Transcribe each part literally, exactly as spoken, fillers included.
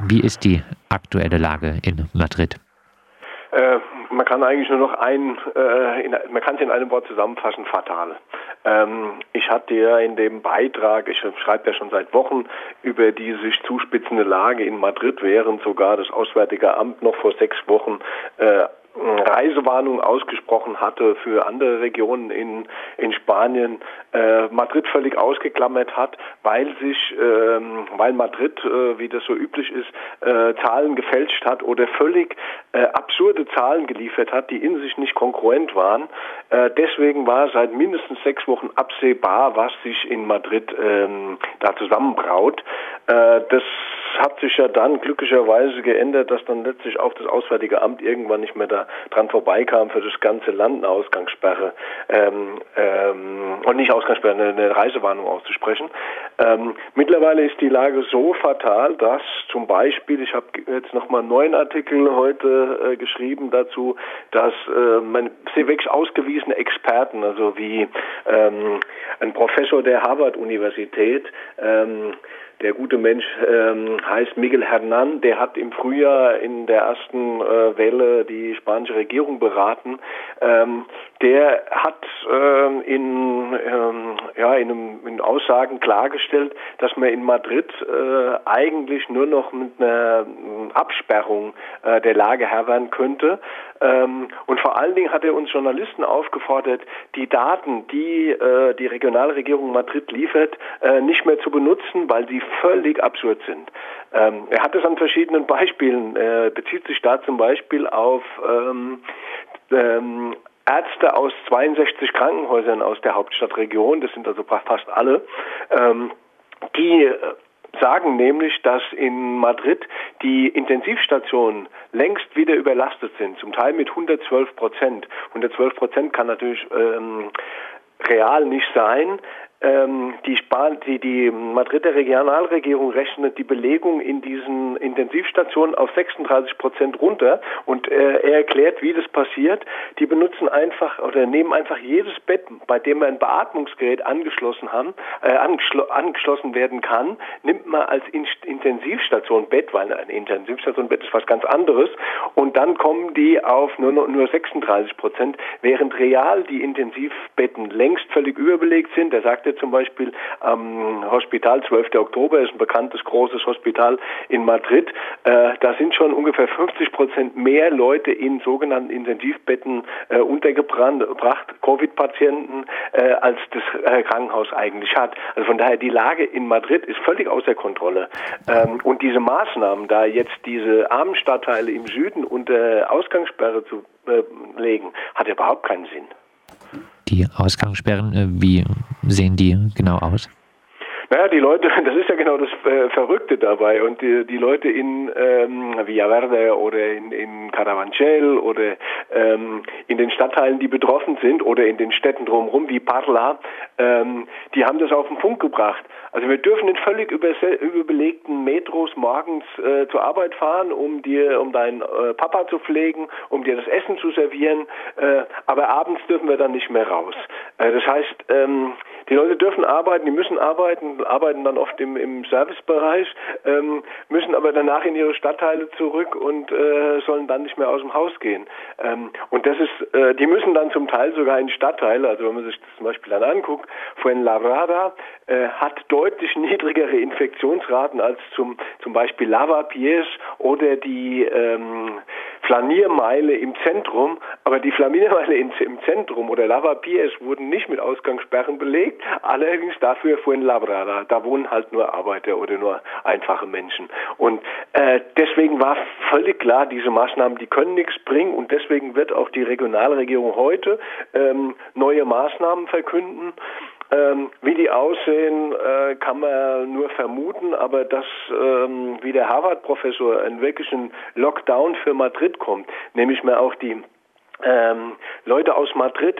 Wie ist die aktuelle Lage in Madrid? Äh, man kann eigentlich nur noch ein, äh, in, man kann es in einem Wort zusammenfassen, fatal. Ähm, ich hatte ja in dem Beitrag, ich schreibe ja schon seit Wochen über die sich zuspitzende Lage in Madrid, während sogar das Auswärtige Amt noch vor sechs Wochen äh, Reisewarnung ausgesprochen hatte für andere Regionen in in Spanien, äh, Madrid völlig ausgeklammert hat, weil sich, ähm, weil Madrid, äh, wie das so üblich ist, äh, Zahlen gefälscht hat oder völlig äh, absurde Zahlen geliefert hat, die in sich nicht kongruent waren. Äh, deswegen war seit mindestens sechs Wochen absehbar, was sich in Madrid ähm, da zusammenbraut. Äh, das hat sich ja dann glücklicherweise geändert, dass dann letztlich auch das Auswärtige Amt irgendwann nicht mehr da dran vorbeikam, für das ganze Land eine Ausgangssperre ähm, ähm, und nicht Ausgangssperre, eine, eine Reisewarnung auszusprechen. Ähm, mittlerweile ist die Lage so fatal, dass zum Beispiel, ich habe jetzt nochmal einen neuen Artikel heute äh, geschrieben dazu, dass äh, man sehr wirklich ausgewiesene Experten, also wie ähm, ein Professor der Harvard-Universität, ähm, der gute Mensch ähm, heißt Miguel Hernán, der hat im Frühjahr in der ersten äh, Welle die spanische Regierung beraten. Ähm, der hat ähm, in, ähm, ja, in, einem, in Aussagen klargestellt, dass man in Madrid äh, eigentlich nur noch mit einer Absperrung äh, der Lage Herr werden könnte. Ähm, und vor allen Dingen hat er uns Journalisten aufgefordert, die Daten, die äh, die Regionalregierung Madrid liefert, äh, nicht mehr zu benutzen, weil sie völlig absurd sind. Ähm, er hat es an verschiedenen Beispielen, äh, bezieht sich da zum Beispiel auf ähm, ähm, Ärzte aus zweiundsechzig Krankenhäusern aus der Hauptstadtregion, das sind also fast alle, ähm, die äh, sagen nämlich, dass in Madrid die Intensivstationen längst wieder überlastet sind, zum Teil mit hundertzwölf Prozent. hundertzwölf Prozent kann natürlich ähm, real nicht sein. Ähm, die, Span- die, die Madrider Regionalregierung rechnet die Belegung in diesen Intensivstationen auf sechsunddreißig Prozent runter und äh, er erklärt, wie das passiert. Die benutzen einfach oder nehmen einfach jedes Bett, bei dem ein Beatmungsgerät angeschlossen haben, äh, angeschl- angeschlossen werden kann, nimmt man als in- Intensivstationbett, weil ein Intensivstationbett ist was ganz anderes, und dann kommen die auf nur, nur sechsunddreißig Prozent, während real die Intensivbetten längst völlig überbelegt sind. Der sagt zum Beispiel am ähm, Hospital zwölfter Oktober, ist ein bekanntes großes Hospital in Madrid. Äh, da sind schon ungefähr fünfzig Prozent mehr Leute in sogenannten Intensivbetten äh, untergebracht, Covid-Patienten, äh, als das äh, Krankenhaus eigentlich hat. Also von daher, die Lage in Madrid ist völlig außer Kontrolle. Ähm, und diese Maßnahmen, da jetzt diese armen Stadtteile im Süden unter Ausgangssperre zu äh, legen, hat überhaupt keinen Sinn. Die Ausgangssperren, wie sehen die genau aus? Naja, die Leute, das ist ja genau das äh, Verrückte dabei, und die, die Leute in ähm, Villaverde oder in, in Carabanchel oder ähm, in den Stadtteilen, die betroffen sind, oder in den Städten drumherum wie Parla, ähm, die haben das auf den Punkt gebracht. Also wir dürfen in völlig überse- überbelegten Metros morgens äh, zur Arbeit fahren, um dir, um deinen äh, Papa zu pflegen, um dir das Essen zu servieren, äh, aber abends dürfen wir dann nicht mehr raus. Äh, das heißt, ähm, die Leute dürfen arbeiten, die müssen arbeiten, arbeiten dann oft im, im Servicebereich, ähm, müssen aber danach in ihre Stadtteile zurück und äh, sollen dann nicht mehr aus dem Haus gehen. Ähm, und das ist, äh, die müssen dann zum Teil sogar in Stadtteile, also wenn man sich das zum Beispiel dann anguckt, Fuenlabrada äh, hat deutlich niedrigere Infektionsraten als zum, zum Beispiel Lavapiés oder die ähm, Flaniermeile im Zentrum, aber die Flaniermeile im, im Zentrum oder Lavapiés wurden nicht mit Ausgangssperren belegt, allerdings dafür Fuenlabrada, da wohnen halt nur Arbeiter oder nur einfache Menschen. Und äh, deswegen war völlig klar, diese Maßnahmen, die können nichts bringen, und deswegen wird auch die Regionalregierung heute ähm, neue Maßnahmen verkünden. Ähm, wie die aussehen, äh, kann man nur vermuten, aber dass, ähm, wie der Harvard-Professor, einen wirklichen Lockdown für Madrid kommt, nämlich mal auch die ähm, Leute aus Madrid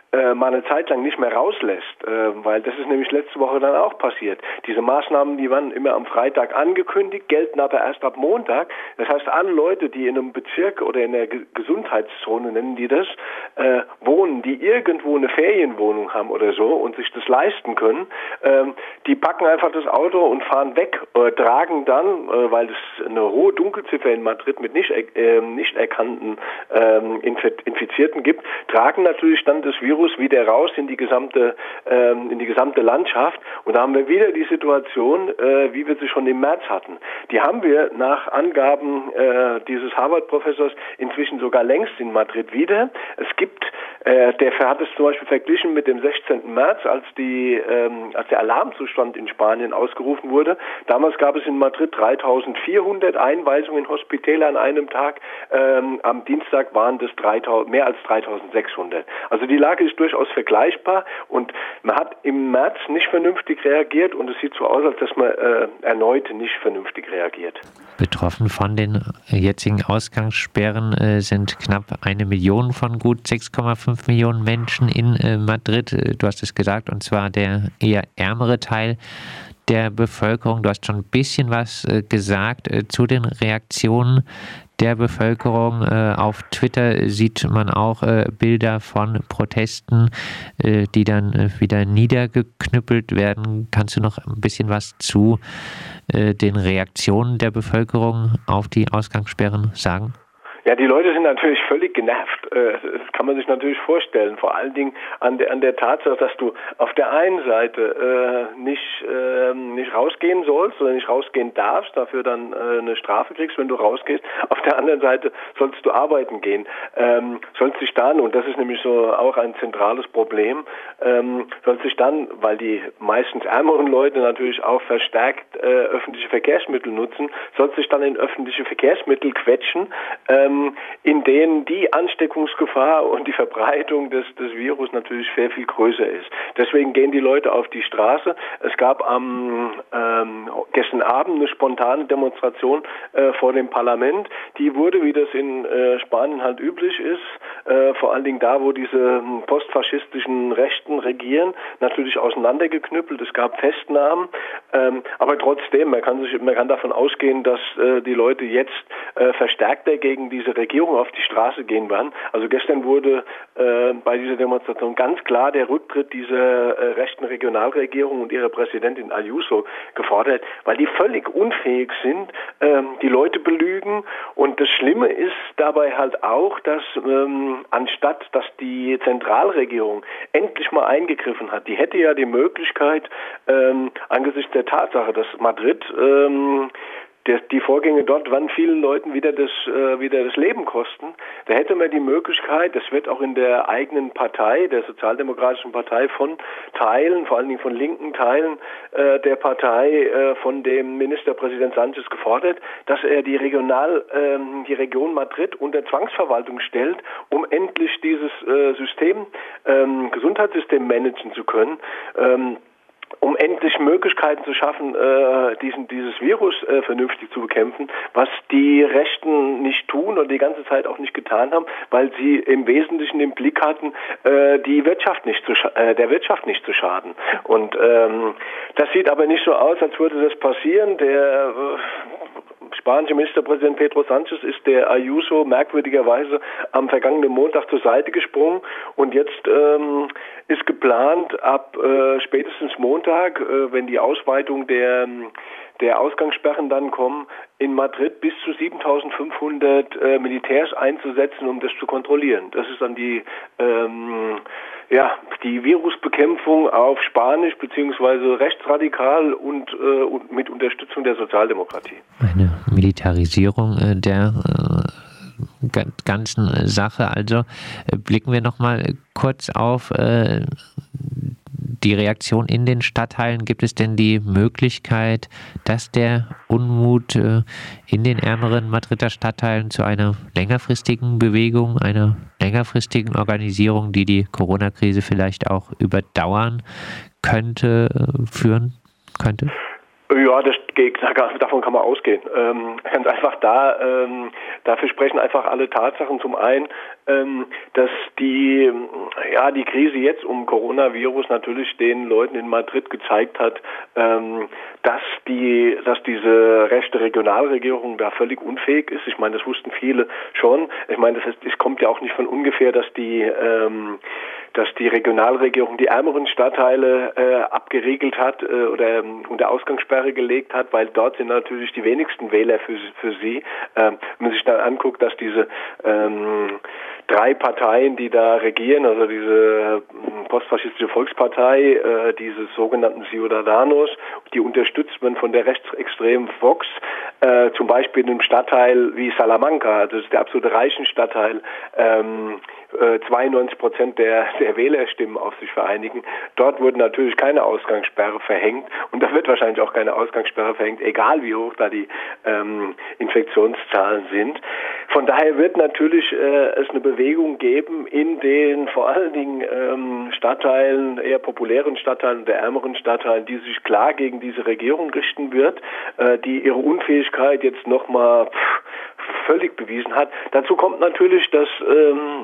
äh, mal eine Zeit lang nicht mehr rauslässt, äh, weil das ist nämlich letzte Woche dann auch passiert. Diese Maßnahmen, die waren immer am Freitag angekündigt, gelten aber erst ab Montag. Das heißt, alle Leute, die in einem Bezirk oder in der Ge- Gesundheitszone, nennen die das, äh, wohnen, die irgendwo eine Ferienwohnung haben oder so und sich das leisten können, äh, die packen einfach das Auto und fahren weg, äh, tragen dann, äh, weil es eine hohe Dunkelziffer in Madrid mit nicht, äh, nicht erkannten äh, Infizierten gibt, tragen natürlich dann das Virus wieder raus in die gesamte, äh, in die gesamte Landschaft. Und da haben wir wieder die Situation, äh, wie wir sie schon im März hatten. Die haben wir nach Angaben äh, dieses Harvard-Professors inzwischen sogar längst in Madrid wieder. Es gibt, äh, der hat es zum Beispiel verglichen mit dem sechzehnten März, als die, ähm, als der Alarmzustand in Spanien ausgerufen wurde. Damals gab es in Madrid dreitausendvierhundert Einweisungen in Hospitäle an einem Tag. Ähm, am Dienstag waren das dreitausend, mehr als dreitausendsechshundert. Also die Lage ist durchaus vergleichbar und man hat im März nicht vernünftig reagiert und es sieht so aus, als dass man äh, erneut nicht vernünftig reagiert. Betroffen von den jetzigen Ausgangssperren äh, sind knapp eine Million von gut sechs Komma fünf Millionen Menschen in äh, Madrid. Du hast es gesagt, und zwar der eher ärmere Teil der Bevölkerung. Du hast schon ein bisschen was äh, gesagt äh, zu den Reaktionen der Bevölkerung. Äh, auf Twitter sieht man auch äh, Bilder von Protesten, äh, die dann äh, wieder niedergeknüppelt werden. Kannst du noch ein bisschen was zu äh, den Reaktionen der Bevölkerung auf die Ausgangssperren sagen? Ja, die Leute sind natürlich völlig genervt. Das kann man sich natürlich vorstellen. Vor allen Dingen an der, an der Tatsache, dass du auf der einen Seite äh, nicht, äh, nicht rausgehen sollst oder nicht rausgehen darfst, dafür dann äh, eine Strafe kriegst, wenn du rausgehst. Auf der anderen Seite sollst du arbeiten gehen. Ähm, sollst dich dann, und das ist nämlich so auch ein zentrales Problem, ähm, sollst dich dann, weil die meistens ärmeren Leute natürlich auch verstärkt äh, öffentliche Verkehrsmittel nutzen, sollst dich dann in öffentliche Verkehrsmittel quetschen, ähm, in denen die Ansteckungsgefahr und die Verbreitung des, des Virus natürlich sehr viel größer ist. Deswegen gehen die Leute auf die Straße. Es gab am ähm, gestern Abend eine spontane Demonstration äh, vor dem Parlament. Die wurde, wie das in äh, Spanien halt üblich ist, äh, vor allen Dingen da, wo diese postfaschistischen Rechten regieren, natürlich auseinandergeknüppelt. Es gab Festnahmen, ähm, aber trotzdem, man kann sich, man kann davon ausgehen, dass äh, die Leute jetzt äh, verstärkter gegen diese Regierung auf die Straße gehen werden. Also gestern wurde äh, bei dieser Demonstration ganz klar der Rücktritt dieser äh, rechten Regionalregierung und ihrer Präsidentin Ayuso gefordert, weil die völlig unfähig sind, ähm, die Leute belügen. Und das Schlimme ist dabei halt auch, dass ähm, anstatt, dass die Zentralregierung endlich mal eingegriffen hat, die hätte ja die Möglichkeit, ähm, angesichts der Tatsache, dass Madrid ähm, die Vorgänge dort werden vielen Leuten wieder das, äh, wieder das Leben kosten. Da hätte man die Möglichkeit, das wird auch in der eigenen Partei, der Sozialdemokratischen Partei, von Teilen, vor allen Dingen von linken Teilen äh, der Partei, äh, von dem Ministerpräsident Sánchez gefordert, dass er die Regional, äh, die Region Madrid unter Zwangsverwaltung stellt, um endlich dieses äh, System, äh, Gesundheitssystem managen zu können. Ähm, um endlich Möglichkeiten zu schaffen, äh, diesen, dieses Virus äh, vernünftig zu bekämpfen, was die Rechten nicht tun und die ganze Zeit auch nicht getan haben, weil sie im Wesentlichen im Blick hatten, äh, die Wirtschaft nicht zu scha- äh, der Wirtschaft nicht zu schaden. Und ähm, das sieht aber nicht so aus, als würde das passieren. Der äh, spanische Ministerpräsident Pedro Sánchez ist der Ayuso merkwürdigerweise am vergangenen Montag zur Seite gesprungen und jetzt ähm, ist geplant, ab äh, spätestens Montag, äh, wenn die Ausweitung der, der Ausgangssperren dann kommen, in Madrid bis zu siebentausendfünfhundert äh, Militärs einzusetzen, um das zu kontrollieren. Das ist dann die ähm, ja, die Virusbekämpfung auf Spanisch beziehungsweise rechtsradikal und, äh, und mit Unterstützung der Sozialdemokratie. Eine Militarisierung äh, der äh, ganzen Sache. Also äh, blicken wir nochmal kurz auf äh, die Reaktion in den Stadtteilen. Gibt es denn die Möglichkeit, dass der Unmut äh, in den ärmeren Madrider Stadtteilen zu einer längerfristigen Bewegung, einer längerfristigen Organisierung, die die Corona-Krise vielleicht auch überdauern könnte, äh, führen könnte? Ja, das Virusgegner, davon kann man ausgehen. Ähm, ganz einfach da, ähm, dafür sprechen einfach alle Tatsachen. Zum einen, ähm, dass die, ja, die Krise jetzt um Coronavirus natürlich den Leuten in Madrid gezeigt hat, ähm, dass die, dass diese rechte Regionalregierung da völlig unfähig ist. Ich meine, das wussten viele schon. Ich meine, das ist, es kommt ja auch nicht von ungefähr, dass die, ähm, dass die Regionalregierung die ärmeren Stadtteile äh, abgeriegelt hat äh, oder ähm, unter Ausgangssperre gelegt hat, weil dort sind natürlich die wenigsten Wähler für, für sie. Ähm, wenn man sich dann anguckt, dass diese ähm, drei Parteien, die da regieren, also diese postfaschistische Volkspartei, äh, diese sogenannten Ciudadanos, die unterstützt man von der rechtsextremen Vox, äh, zum Beispiel in einem Stadtteil wie Salamanca, das ist der absolute reichen Stadtteil, ähm, zweiundneunzig Prozent der, der Wählerstimmen auf sich vereinigen. Dort wurde natürlich keine Ausgangssperre verhängt und da wird wahrscheinlich auch keine Ausgangssperre verhängt, egal wie hoch da die ähm, Infektionszahlen sind. Von daher wird natürlich äh, es eine Bewegung geben in den vor allen Dingen ähm, Stadtteilen, eher populären Stadtteilen der ärmeren Stadtteilen, die sich klar gegen diese Regierung richten wird, äh, die ihre Unfähigkeit jetzt nochmal völlig bewiesen hat. Dazu kommt natürlich, dass ähm,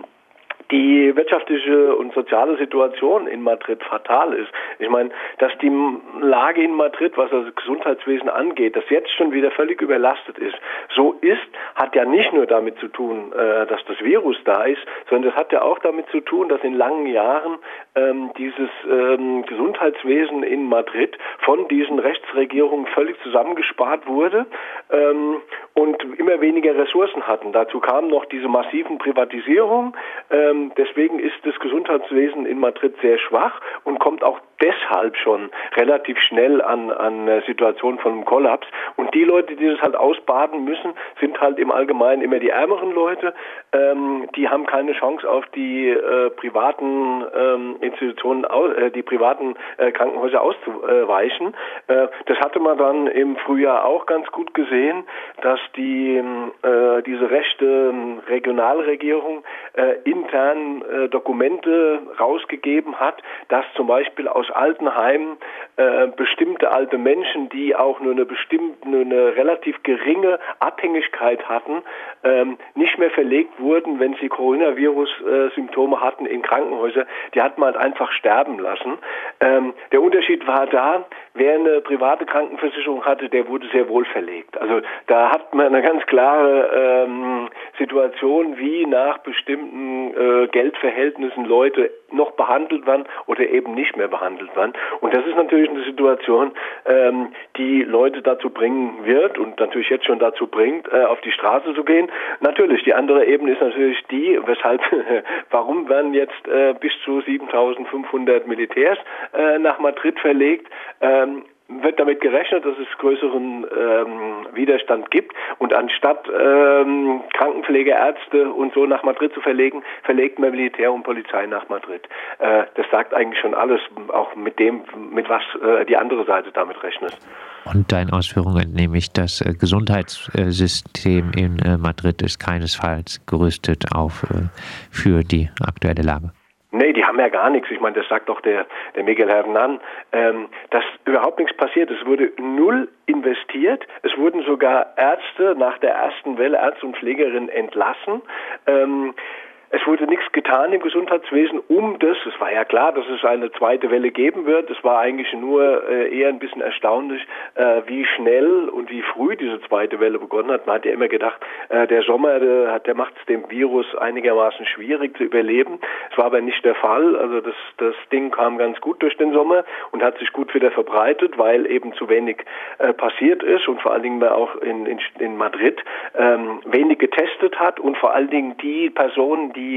die wirtschaftliche und soziale Situation in Madrid fatal ist. Ich meine, dass die Lage in Madrid, was das Gesundheitswesen angeht, das jetzt schon wieder völlig überlastet ist, so ist, hat ja nicht nur damit zu tun, äh, dass das Virus da ist, sondern das hat ja auch damit zu tun, dass in langen Jahren ähm, dieses ähm, Gesundheitswesen in Madrid von diesen Rechtsregierungen völlig zusammengespart wurde ähm, und immer weniger Ressourcen hatten. Dazu kamen noch diese massiven Privatisierungen. Ähm, Deswegen ist das Gesundheitswesen in Madrid sehr schwach und kommt auch deshalb schon relativ schnell an an Situationen von einem Kollaps. Und die Leute, die das halt ausbaden müssen, sind halt im Allgemeinen immer die ärmeren Leute. Ähm, die haben keine Chance auf die äh, privaten ähm, Institutionen, äh, die privaten äh, Krankenhäuser auszuweichen. Äh, das hatte man dann im Frühjahr auch ganz gut gesehen, dass die äh, diese rechte Regionalregierung äh, intern äh, Dokumente rausgegeben hat, dass zum Beispiel aus Altenheimen äh, bestimmte alte Menschen, die auch nur eine bestimmte, nur eine relativ geringe Abhängigkeit hatten, ähm, nicht mehr verlegt wurden, wenn sie Coronavirus-Symptome hatten in Krankenhäuser. Die hat man halt einfach sterben lassen. Ähm, der Unterschied war da, wer eine private Krankenversicherung hatte, der wurde sehr wohl verlegt. Also da hat man eine ganz klare ähm, Situation, wie nach bestimmten äh, Geldverhältnissen Leute noch behandelt werden oder eben nicht mehr behandelt werden. Und das ist natürlich eine Situation, ähm, die Leute dazu bringen wird und natürlich jetzt schon dazu bringt, äh, auf die Straße zu gehen. Natürlich, die andere Ebene ist natürlich die, weshalb, warum werden jetzt äh, bis zu siebentausendfünfhundert Militärs äh, nach Madrid verlegt? Ähm, wird damit gerechnet, dass es größeren ähm, Widerstand gibt und anstatt ähm, Krankenpflegeärzte und so nach Madrid zu verlegen, verlegt man Militär und Polizei nach Madrid. Äh, das sagt eigentlich schon alles, auch mit dem, mit was äh, die andere Seite damit rechnet. Und deinen Ausführungen entnehme ich, das äh, Gesundheitssystem in äh, Madrid ist keinesfalls gerüstet auf äh, für die aktuelle Lage. Nee, die haben ja gar nichts. Ich meine, das sagt doch der, der Miguel Hernán, ähm, dass überhaupt nichts passiert. Es wurde null investiert. Es wurden sogar Ärzte nach der ersten Welle, Ärzte und Pflegerinnen entlassen. Ähm, Es wurde nichts getan im Gesundheitswesen um das. Es war ja klar, dass es eine zweite Welle geben wird. Es war eigentlich nur äh, eher ein bisschen erstaunlich, äh, wie schnell und wie früh diese zweite Welle begonnen hat. Man hat ja immer gedacht, äh, der Sommer, der, hat, der macht es dem Virus einigermaßen schwierig zu überleben. Es war aber nicht der Fall. Also das, das Ding kam ganz gut durch den Sommer und hat sich gut wieder verbreitet, weil eben zu wenig äh, passiert ist und vor allen Dingen auch in, in, in Madrid ähm, wenig getestet hat und vor allen Dingen die Personen, die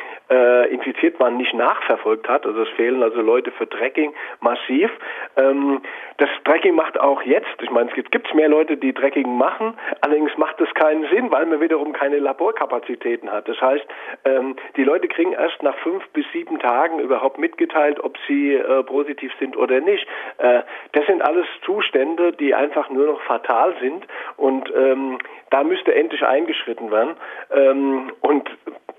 äh, infiziert waren, nicht nachverfolgt hat. Also es fehlen also Leute für Tracking massiv. Ähm, das Tracking macht auch jetzt, ich meine, es gibt gibt's mehr Leute, die Tracking machen, allerdings macht das keinen Sinn, weil man wiederum keine Laborkapazitäten hat. Das heißt, ähm, die Leute kriegen erst nach fünf bis sieben Tagen überhaupt mitgeteilt, ob sie äh, positiv sind oder nicht. Äh, das sind alles Zustände, die einfach nur noch fatal sind und ähm, da müsste endlich eingeschritten werden. Ähm, und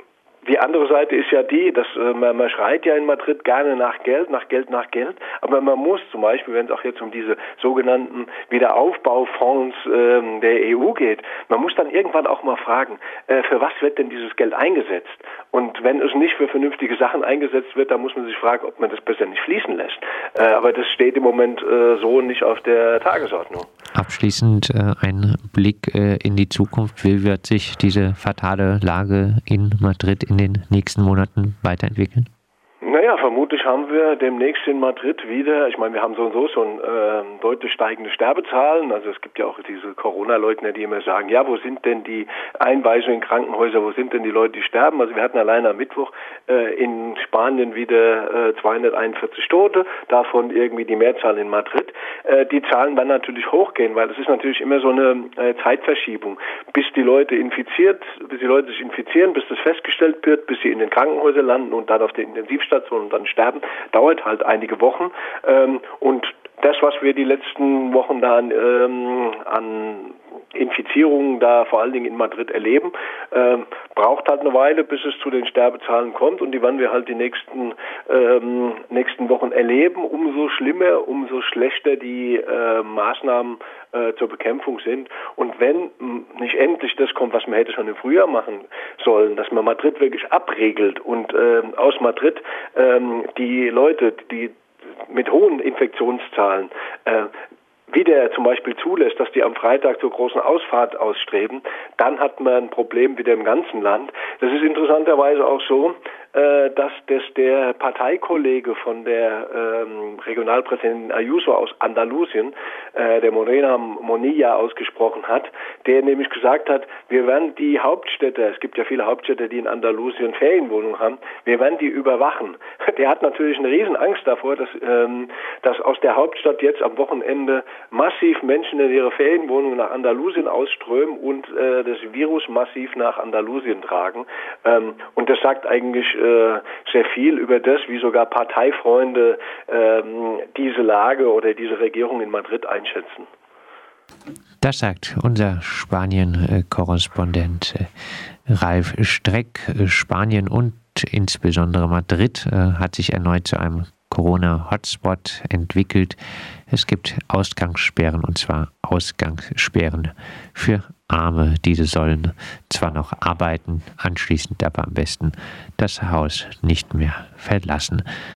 Die andere Seite ist ja die, dass äh, man, man schreit ja in Madrid gerne nach Geld, nach Geld, nach Geld, aber man muss zum Beispiel, wenn es auch jetzt um diese sogenannten Wiederaufbaufonds äh, der E U geht, man muss dann irgendwann auch mal fragen, äh, für was wird denn dieses Geld eingesetzt? Und wenn es nicht für vernünftige Sachen eingesetzt wird, dann muss man sich fragen, ob man das besser nicht fließen lässt. Äh, aber das steht im Moment äh, so nicht auf der Tagesordnung. Abschließend äh, ein Blick äh, in die Zukunft. Wie wird sich diese fatale Lage in Madrid in den nächsten Monaten weiterentwickeln? Naja, vermutlich haben wir demnächst in Madrid wieder, ich meine, wir haben so und so schon äh, deutlich steigende Sterbezahlen. Also es gibt ja auch diese Corona-Leugner, die immer sagen, ja, wo sind denn die Einweisungen in Krankenhäuser, wo sind denn die Leute, die sterben? Also wir hatten allein am Mittwoch äh, in Spanien wieder äh, zweihunderteinundvierzig Tote, davon irgendwie die Mehrzahl in Madrid. Äh, die Zahlen werden natürlich hochgehen, weil es ist natürlich immer so eine äh, Zeitverschiebung, bis die Leute infiziert, bis die Leute sich infizieren, bis das festgestellt wird, bis sie in den Krankenhäusern landen und dann auf der Intensivstation und dann sterben, dauert halt einige Wochen. Ähm, und das, was wir die letzten Wochen da an, ähm, an Infizierungen da vor allen Dingen in Madrid erleben, ähm, braucht halt eine Weile, bis es zu den Sterbezahlen kommt, und die werden wir halt die nächsten ähm, nächsten Wochen erleben. Umso schlimmer, umso schlechter die äh, Maßnahmen äh, zur Bekämpfung sind. Und wenn m, nicht endlich das kommt, was man hätte schon im Frühjahr machen sollen, dass man Madrid wirklich abregelt und äh, aus Madrid ähm, die Leute, die mit hohen Infektionszahlen äh, wieder zum Beispiel zulässt, dass die am Freitag zur großen Ausfahrt ausstreben, dann hat man ein Problem wieder im ganzen Land. Das ist interessanterweise auch so, äh, dass das der Parteikollege von der ähm, Regionalpräsidentin Ayuso aus Andalusien, äh, der Morena Monilla, ausgesprochen hat, der nämlich gesagt hat, wir werden die Hauptstädte, es gibt ja viele Hauptstädte, die in Andalusien Ferienwohnungen haben, wir werden die überwachen. Der hat natürlich eine riesen Angst davor, dass, ähm, dass aus der Hauptstadt jetzt am Wochenende massiv Menschen in ihre Ferienwohnungen nach Andalusien ausströmen und äh, das Virus massiv nach Andalusien tragen. Ähm, und das sagt eigentlich äh, sehr viel über das, wie sogar Parteifreunde ähm, diese Lage oder diese Regierung in Madrid einschätzen. Das sagt unser Spanien-Korrespondent Ralf Streck. Spanien und insbesondere Madrid hat sich erneut zu einem Corona-Hotspot entwickelt. Es gibt Ausgangssperren, und zwar Ausgangssperren für Arme. Diese sollen zwar noch arbeiten, anschließend aber am besten das Haus nicht mehr verlassen.